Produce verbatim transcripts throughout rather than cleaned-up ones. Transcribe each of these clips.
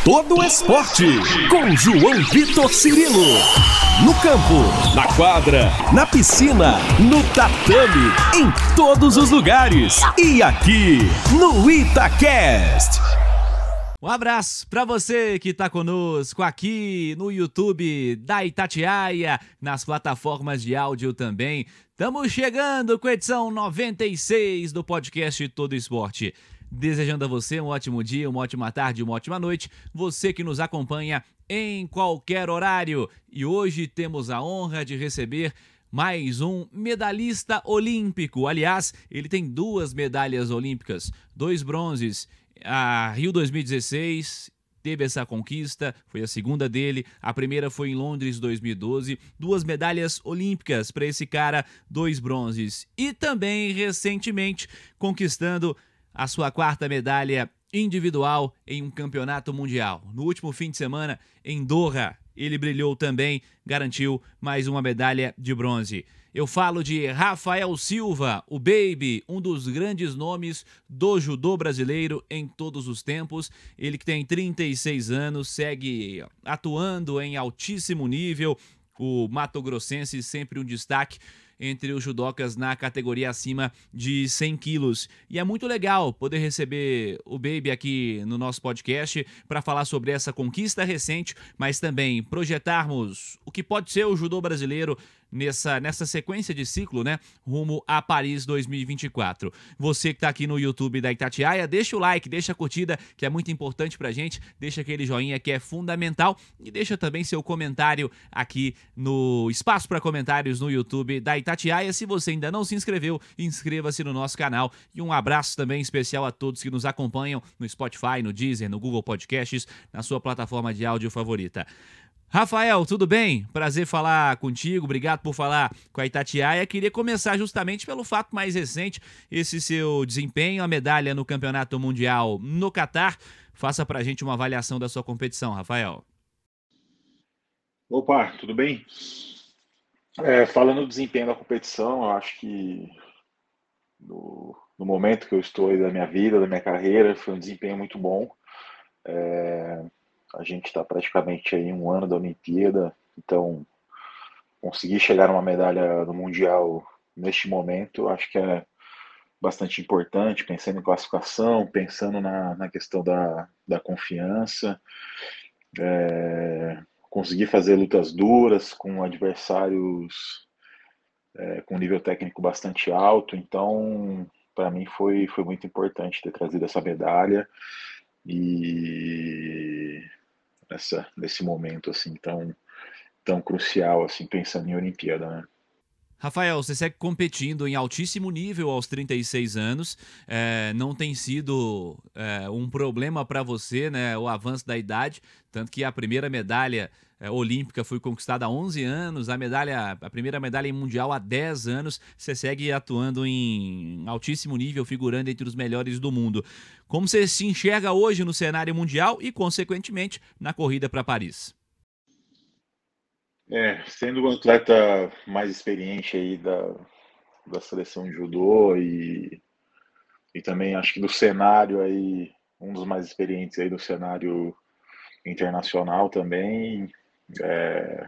todo o esporte, com João Vitor Cirilo. No campo, na quadra, na piscina, no tatame, em todos os lugares. E aqui, no Itacast. Um abraço para você que está conosco aqui no YouTube da Itatiaia, nas plataformas de áudio também. Estamos chegando com a edição noventa e seis do podcast Todo Esporte. Desejando a você um ótimo dia, uma ótima tarde, uma ótima noite. Você que nos acompanha em qualquer horário. E hoje temos a honra de receber mais um medalhista olímpico. Aliás, ele tem duas medalhas olímpicas, dois bronzes. A Rio dois mil e dezesseis teve essa conquista, foi a segunda dele. A primeira foi em Londres dois mil e doze. Duas medalhas olímpicas para esse cara, dois bronzes. E também, recentemente, conquistando a sua quarta medalha individual em um campeonato mundial. No último fim de semana, em Doha, ele brilhou também, garantiu mais uma medalha de bronze. Eu falo de Rafael Silva, o Baby, um dos grandes nomes do judô brasileiro em todos os tempos. Ele que tem trinta e seis anos, segue atuando em altíssimo nível. O mato-grossense sempre um destaque entre os judocas na categoria acima de cem quilos. E é muito legal poder receber o Baby aqui no nosso podcast para falar sobre essa conquista recente, mas também projetarmos o que pode ser o judô brasileiro nessa, nessa sequência de ciclo, né, rumo a Paris dois mil e vinte e quatro. Você que está aqui no YouTube da Itatiaia, deixa o like, deixa a curtida, que é muito importante pra gente, deixa aquele joinha que é fundamental e deixa também seu comentário aqui no espaço para comentários no YouTube da Itatiaia. Se você ainda não se inscreveu, inscreva-se no nosso canal e um abraço também especial a todos que nos acompanham no Spotify, no Deezer, no Google Podcasts, na sua plataforma de áudio favorita. Rafael, tudo bem? Prazer falar contigo, obrigado por falar com a Itatiaia. Queria começar justamente pelo fato mais recente, esse seu desempenho, a medalha no Campeonato Mundial no Catar. Faça pra gente uma avaliação da sua competição, Rafael. Opa, tudo bem? É, falando do desempenho da competição, eu acho que no, no momento que eu estou aí da minha vida, da minha carreira, foi um desempenho muito bom. É, A gente está praticamente aí um ano da Olimpíada, então conseguir chegar a uma medalha no Mundial neste momento, acho que é bastante importante, pensando em classificação, pensando na, na questão da, da confiança, é, conseguir fazer lutas duras com adversários é, com nível técnico bastante alto, então para mim foi, foi muito importante ter trazido essa medalha e Nessa, nesse momento assim tão, tão crucial, assim, pensando em Olimpíada, né? Rafael, você segue competindo em altíssimo nível aos trinta e seis anos, é, não tem sido é, um problema para você, né, o avanço da idade, tanto que a primeira medalha é, olímpica foi conquistada há onze anos, a, medalha, a primeira medalha em mundial há dez anos, você segue atuando em altíssimo nível, figurando entre os melhores do mundo. Como você se enxerga hoje no cenário mundial e, consequentemente, na corrida para Paris? É, sendo um atleta mais experiente aí da, da seleção de judô e, e também acho que do cenário aí, um dos mais experientes aí do cenário internacional também, é,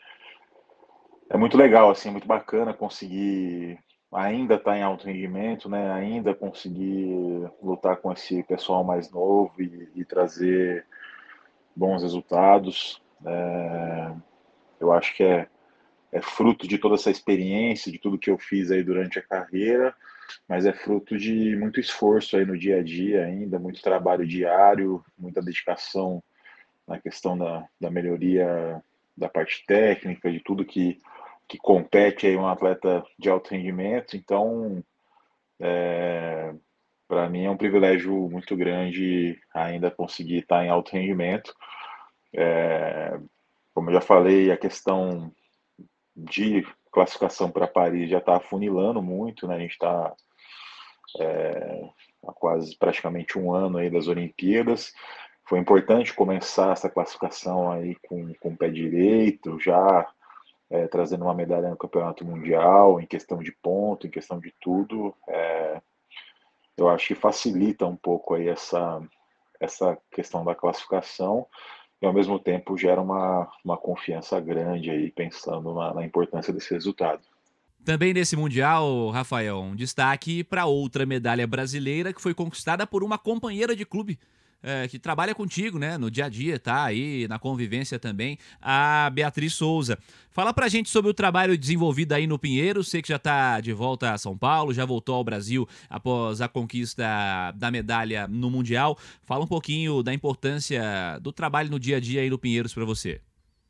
é muito legal, assim, muito bacana conseguir ainda estar em alto rendimento, né? Ainda conseguir lutar com esse pessoal mais novo e, e trazer bons resultados. É, eu acho que é, é fruto de toda essa experiência, de tudo que eu fiz aí durante a carreira, mas é fruto de muito esforço aí no dia a dia ainda, muito trabalho diário, muita dedicação na questão da, da melhoria da parte técnica, de tudo que, que compete aí um atleta de alto rendimento. Então, é, para mim é um privilégio muito grande ainda conseguir estar em alto rendimento. É, como eu já falei, a questão de classificação para Paris já está afunilando muito, né? A gente está é, há quase praticamente um ano aí das Olimpíadas. Foi importante começar essa classificação aí com, com o pé direito, já é, trazendo uma medalha no Campeonato Mundial, em questão de ponto, em questão de tudo. É, eu acho que facilita um pouco aí essa, essa questão da classificação e ao mesmo tempo gera uma, uma confiança grande aí, pensando na, na importância desse resultado. Também nesse Mundial, Rafael, um destaque para outra medalha brasileira que foi conquistada por uma companheira de clube é, que trabalha contigo, né, no dia a dia, tá aí na convivência também, a Beatriz Souza. Fala pra gente sobre o trabalho desenvolvido aí no Pinheiro, sei que já tá de volta a São Paulo, já voltou ao Brasil após a conquista da medalha no Mundial. Fala um pouquinho da importância do trabalho no dia a dia aí no Pinheiros para você.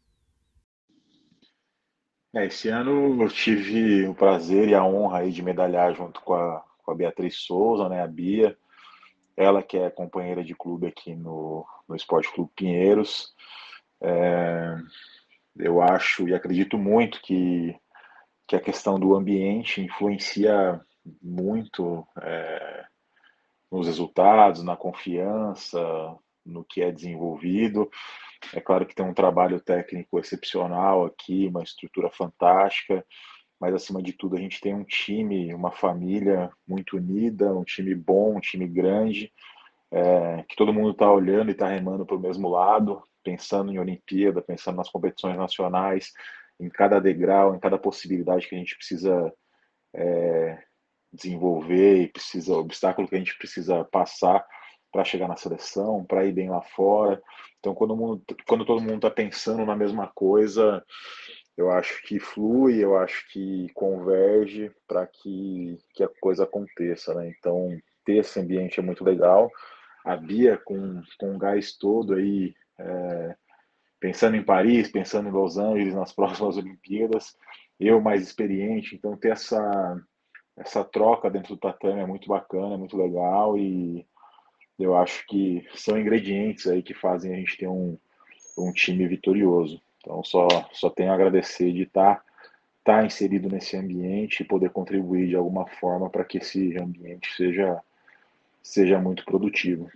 É, esse ano eu tive o prazer e a honra aí de medalhar junto com a, com a Beatriz Souza, né, a Bia, ela que é companheira de clube aqui no, no Esporte Clube Pinheiros. É, eu acho e acredito muito que, que a questão do ambiente influencia muito é, nos resultados, na confiança, no que é desenvolvido. É claro que tem um trabalho técnico excepcional aqui, uma estrutura fantástica, mas acima de tudo a gente tem um time, uma família muito unida, um time bom, um time grande, é, que todo mundo está olhando e está remando para o mesmo lado, pensando em Olimpíada, pensando nas competições nacionais, em cada degrau, em cada possibilidade que a gente precisa é, desenvolver e precisa, obstáculo que a gente precisa passar para chegar na seleção, para ir bem lá fora. Então, quando, o mundo, quando todo mundo está pensando na mesma coisa, eu acho que flui, eu acho que converge para que, que a coisa aconteça, né? Então, ter esse ambiente é muito legal. A Bia, com, com o gás todo aí, é, pensando em Paris, pensando em Los Angeles nas próximas Olimpíadas, eu mais experiente, então ter essa, essa troca dentro do tatame é muito bacana, é muito legal e eu acho que são ingredientes aí que fazem a gente ter um, um time vitorioso. Então só, só tenho a agradecer de estar tá, tá inserido nesse ambiente e poder contribuir de alguma forma para que esse ambiente seja, seja muito produtivo.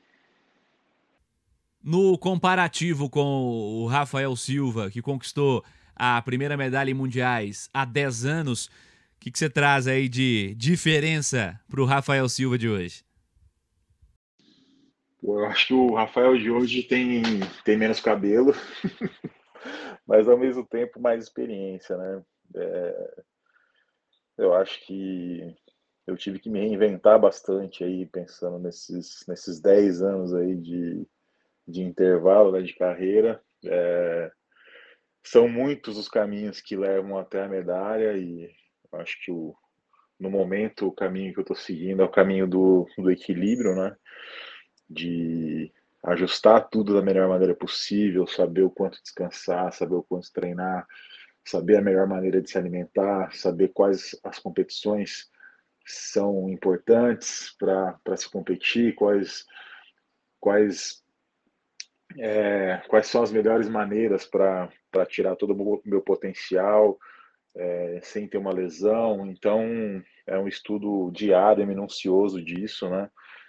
No comparativo com o Rafael Silva, que conquistou a primeira medalha em mundiais há dez anos, o que, que você traz aí de diferença para o Rafael Silva de hoje? Eu acho que o Rafael de hoje tem, tem menos cabelo, mas ao mesmo tempo mais experiência, né? É, eu acho que eu tive que me reinventar bastante aí, pensando nesses, nesses dez anos aí de, de intervalo, né, de carreira. É, são muitos os caminhos que levam até a medalha e eu acho que o, no momento o caminho que eu estou seguindo é o caminho do, do equilíbrio, né? De ajustar tudo da melhor maneira possível, saber o quanto descansar, saber o quanto treinar, saber a melhor maneira de se alimentar, saber quais as competições são importantes para se competir, quais, quais, é, quais são as melhores maneiras para tirar todo o meu potencial é, sem ter uma lesão. Então, é um estudo diário, minucioso disso, né?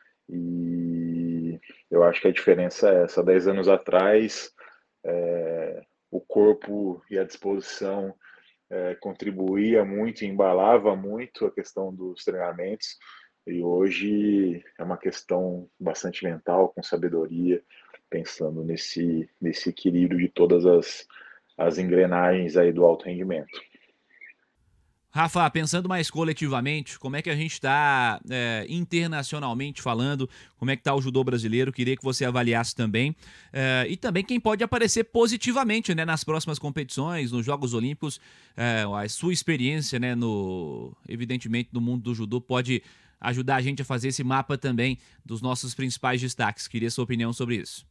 E eu acho que a diferença é essa. Dez anos atrás, é, o corpo e a disposição é, contribuía muito, embalava muito a questão dos treinamentos. E hoje é uma questão bastante mental, com sabedoria, pensando nesse, nesse equilíbrio de todas as, as engrenagens aí do alto rendimento. Rafa, pensando mais coletivamente, como é que a gente está é, internacionalmente falando, como é que está o judô brasileiro, queria que você avaliasse também, é, e também quem pode aparecer positivamente, né, nas próximas competições, nos Jogos Olímpicos, é, a sua experiência, né, no, evidentemente, no mundo do judô pode ajudar a gente a fazer esse mapa também dos nossos principais destaques, queria sua opinião sobre isso.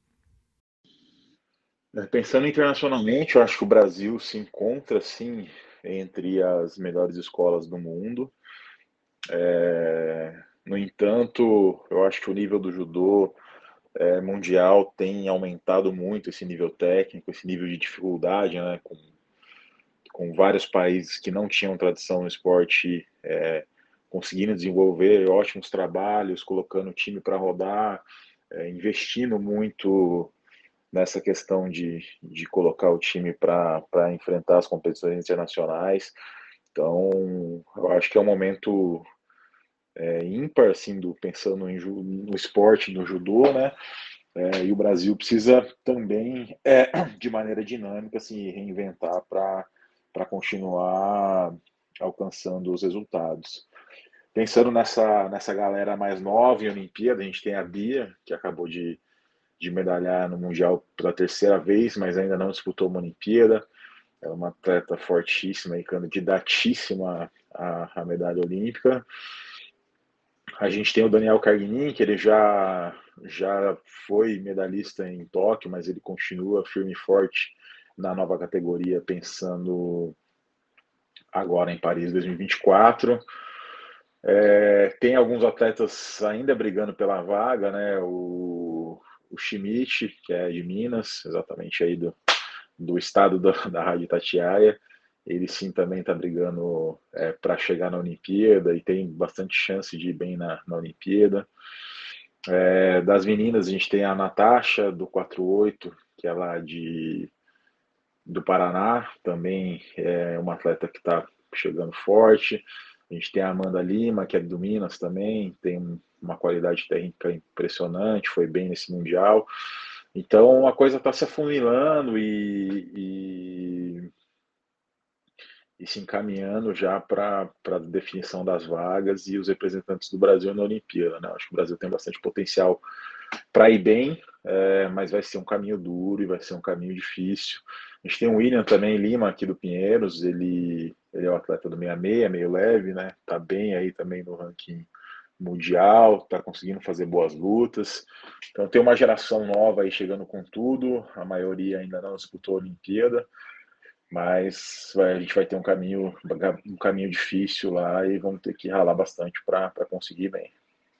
Pensando internacionalmente, eu acho que o Brasil se encontra, sim, entre as melhores escolas do mundo. É, no entanto, eu acho que o nível do judô é, mundial tem aumentado muito esse nível técnico, esse nível de dificuldade, né, com, com vários países que não tinham tradição no esporte é, conseguindo desenvolver ótimos trabalhos, colocando o time para rodar, é, investindo muito nessa questão de, de colocar o time para enfrentar as competições internacionais. Então, eu acho que é um momento é, ímpar, assim, do, pensando em, no esporte, no judô, né? É, e o Brasil precisa também, é, de maneira dinâmica, se reinventar para continuar alcançando os resultados. Pensando nessa, nessa galera mais nova em Olimpíada, a gente tem a Bia, que acabou de, de medalhar no Mundial pela terceira vez, mas ainda não disputou uma Olimpíada. É uma atleta fortíssima e candidatíssima à, à medalha olímpica. A gente tem o Daniel Carguinin, que ele já, já foi medalhista em Tóquio, mas ele continua firme e forte na nova categoria, pensando agora em Paris dois mil e vinte e quatro. É, tem alguns atletas ainda brigando pela vaga, né? O, o Schmidt, que é de Minas, exatamente aí do, do estado da, da Rádio Itatiaia. Ele sim também está brigando é, para chegar na Olimpíada e tem bastante chance de ir bem na, na Olimpíada. É, das meninas, a gente tem a Natasha, do quatro oito, que é lá de, do Paraná, também é uma atleta que está chegando forte. A gente tem a Amanda Lima, que é do Minas também, tem uma qualidade técnica impressionante, foi bem nesse Mundial. Então a coisa está se afunilando e, e, e se encaminhando já para a definição das vagas e os representantes do Brasil na Olimpíada, né? Acho que o Brasil tem bastante potencial para ir bem, é, mas vai ser um caminho duro e vai ser um caminho difícil. A gente tem o William também, Lima, aqui do Pinheiros, ele, ele é o atleta do sessenta e seis, meio leve, né? Tá bem aí também no ranking mundial, tá conseguindo fazer boas lutas. Então tem uma geração nova aí chegando com tudo, a maioria ainda não disputou a Olimpíada, mas vai, a gente vai ter um caminho, um caminho difícil lá e vamos ter que ralar bastante para conseguir bem.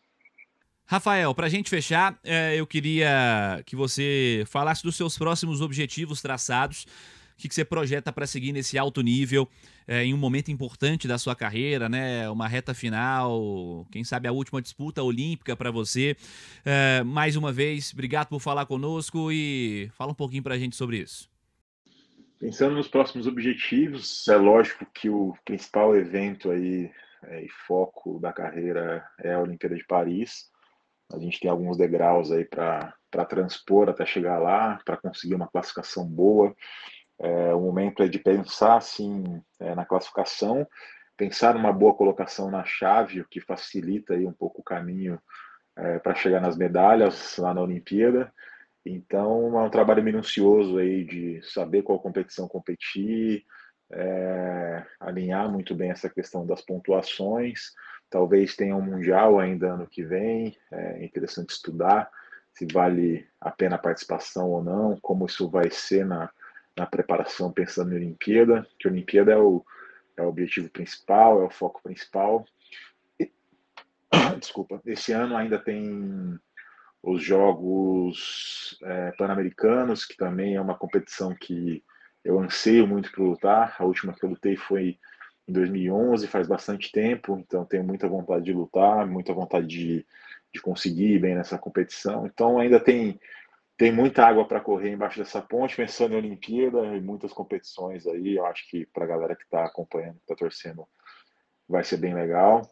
Rafael, para a gente fechar, é, eu queria que você falasse dos seus próximos objetivos traçados, o que, que você projeta para seguir nesse alto nível, é, em um momento importante da sua carreira, né? Uma reta final, quem sabe a última disputa olímpica para você. É, mais uma vez, obrigado por falar conosco e fala um pouquinho para a gente sobre isso. Pensando nos próximos objetivos, é lógico que o principal evento aí é, e foco da carreira é a Olimpíada de Paris. A gente tem alguns degraus aí para transpor até chegar lá, para conseguir uma classificação boa. É, o momento é de pensar assim, é, na classificação, pensar numa boa colocação na chave, o que facilita aí um pouco o caminho é, para chegar nas medalhas lá na Olimpíada. Então, é um trabalho minucioso aí de saber qual competição competir, é, alinhar muito bem essa questão das pontuações. Talvez tenha um Mundial ainda ano que vem, é interessante estudar se vale a pena a participação ou não, como isso vai ser na, na preparação pensando em Olimpíada, que a Olimpíada é o, é o objetivo principal, é o foco principal. E, desculpa, esse ano ainda tem os Jogos é, Pan-Americanos, que também é uma competição que eu anseio muito para lutar. A última que eu lutei foi em dois mil e onze, faz bastante tempo, então tenho muita vontade de lutar, muita vontade de, de conseguir ir bem nessa competição. Então ainda tem, tem muita água para correr embaixo dessa ponte, pensando em Olimpíada e muitas competições aí. Eu acho que para a galera que está acompanhando, que está torcendo, vai ser bem legal.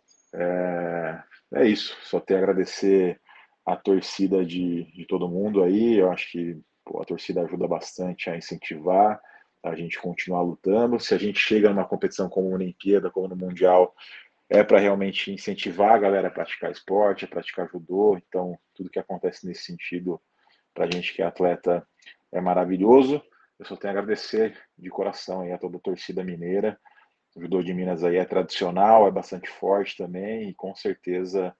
É, é isso, só tenho a agradecer a torcida de, de todo mundo aí. Eu acho que pô, a torcida ajuda bastante a incentivar a gente continuar lutando. Se a gente chega numa competição como a Olimpíada, como no Mundial, é para realmente incentivar a galera a praticar esporte, a praticar judô. Então, tudo que acontece nesse sentido, para a gente que é atleta, é maravilhoso. Eu só tenho a agradecer de coração aí a toda a torcida mineira. O judô de Minas aí é tradicional, é bastante forte também, e com certeza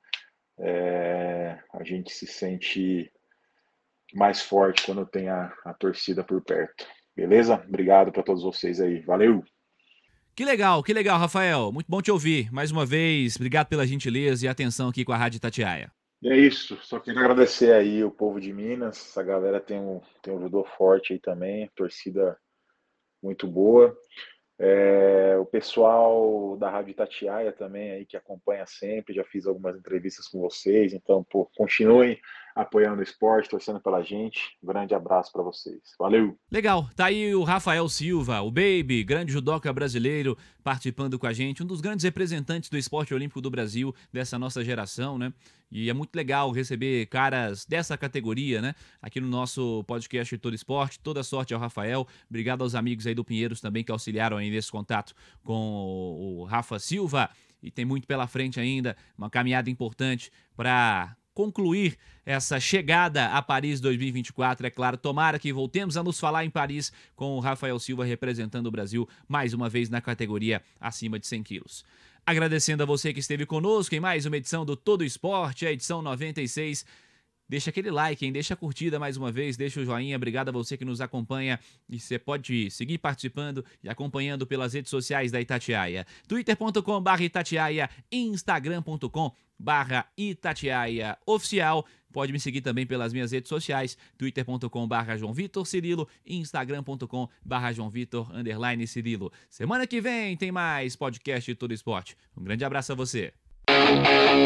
é, a gente se sente mais forte quando tem a, a torcida por perto. Beleza? Obrigado para todos vocês aí. Valeu! Que legal, que legal, Rafael. Muito bom te ouvir. Mais uma vez, obrigado pela gentileza e atenção aqui com a Rádio Itatiaia. E é isso, só quero agradecer aí o povo de Minas, essa galera tem um, tem um judô forte aí também, torcida muito boa. É, o pessoal da Rádio Itatiaia também aí que acompanha sempre, já fiz algumas entrevistas com vocês, então pô, continuem apoiando o esporte, torcendo pela gente. Um grande abraço para vocês. Valeu! Legal, tá aí o Rafael Silva, o Baby, grande judoca brasileiro, participando com a gente, um dos grandes representantes do esporte olímpico do Brasil, dessa nossa geração, né? E é muito legal receber caras dessa categoria, né? Aqui no nosso podcast Todo Esporte. Toda sorte ao Rafael. Obrigado aos amigos aí do Pinheiros também que auxiliaram aí nesse contato com o Rafa Silva. E tem muito pela frente ainda, uma caminhada importante para concluir essa chegada a Paris dois mil e vinte e quatro, é claro. Tomara que voltemos a nos falar em Paris com o Rafael Silva representando o Brasil mais uma vez na categoria acima de cem quilos. Agradecendo a você que esteve conosco em mais uma edição do Todo Esporte, a edição noventa e seis. Deixa aquele like, hein? Deixa a curtida mais uma vez, deixa o joinha. Obrigado a você que nos acompanha. E você pode seguir participando e acompanhando pelas redes sociais da Itatiaia. twitter ponto com barra Itatiaia, instagram ponto com barra Itatiaia Oficial. Pode me seguir também pelas minhas redes sociais, twitter ponto com barra João Vitor Cirilo, instagram ponto com barra João Vitor underline Cirilo. Semana que vem tem mais podcast de Todo Esporte. Um grande abraço a você.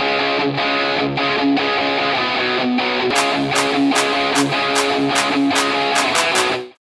We'll be right back.